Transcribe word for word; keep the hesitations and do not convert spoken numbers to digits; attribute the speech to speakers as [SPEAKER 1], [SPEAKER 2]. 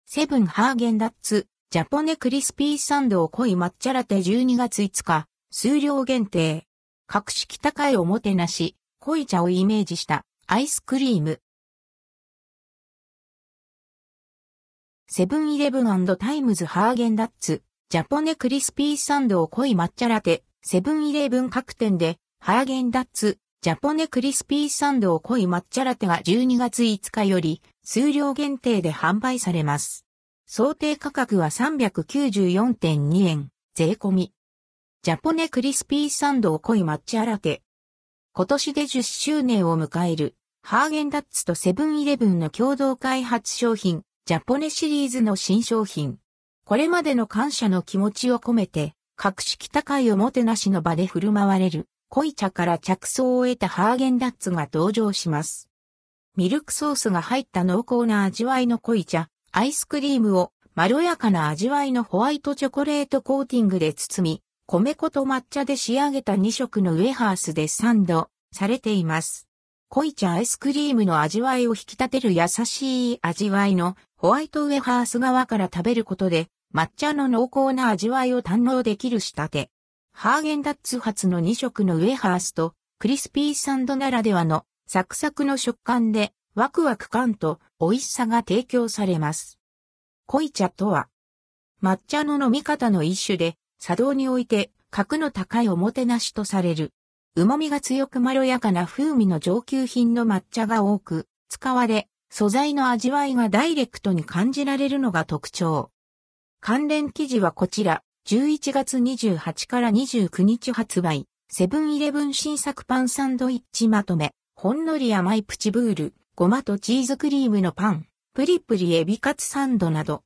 [SPEAKER 1] セブンハーゲンダッツ、ジャポネクリスピーサンドを濃い抹茶ラテじゅうにがついつか、数量限定。格式高いおもてなし、濃い茶をイメージしたアイスクリーム。セブンイレブン&タイムズハーゲンダッツ、ジャポネクリスピーサンドを濃い抹茶ラテ、セブンイレブン各店で、ハーゲンダッツ、ジャポネクリスピーサンドを濃い抹茶ラテがじゅうにがついつかより、数量限定で販売されます。想定価格は さんびゃくきゅうじゅうよんてんにえん、税込み。ジャポネクリスピーサンドを濃い抹茶ラテ。今年でじゅっしゅうねんを迎える、ハーゲンダッツとセブンイレブンの共同開発商品、ジャポネシリーズの新商品。これまでの感謝の気持ちを込めて、格式高いおもてなしの場で振る舞われる、濃い茶から着想を得たハーゲンダッツが登場します。ミルクソースが入った濃厚な味わいの濃い茶、アイスクリームをまろやかな味わいのホワイトチョコレートコーティングで包み、米粉と抹茶で仕上げたにしょくのウエハースでサンドされています。濃い茶アイスクリームの味わいを引き立てる優しい味わいのホワイトウエハース側から食べることで抹茶の濃厚な味わいを堪能できる仕立て。ハーゲンダッツ発のにしょくのウエハースとクリスピーサンドならではのサクサクの食感でワクワク感と美味しさが提供されます。濃い茶とは抹茶の飲み方の一種で茶道において格の高いおもてなしとされる。旨味が強くまろやかな風味の上級品の抹茶が多く使われ、素材の味わいがダイレクトに感じられるのが特徴。関連記事はこちら、じゅういちがつにじゅうはちからにじゅうくにち発売、セブンイレブン新作パンサンドイッチまとめ、ほんのり甘いプチブール、ごまとチーズクリームのパン、プリプリエビカツサンドなど。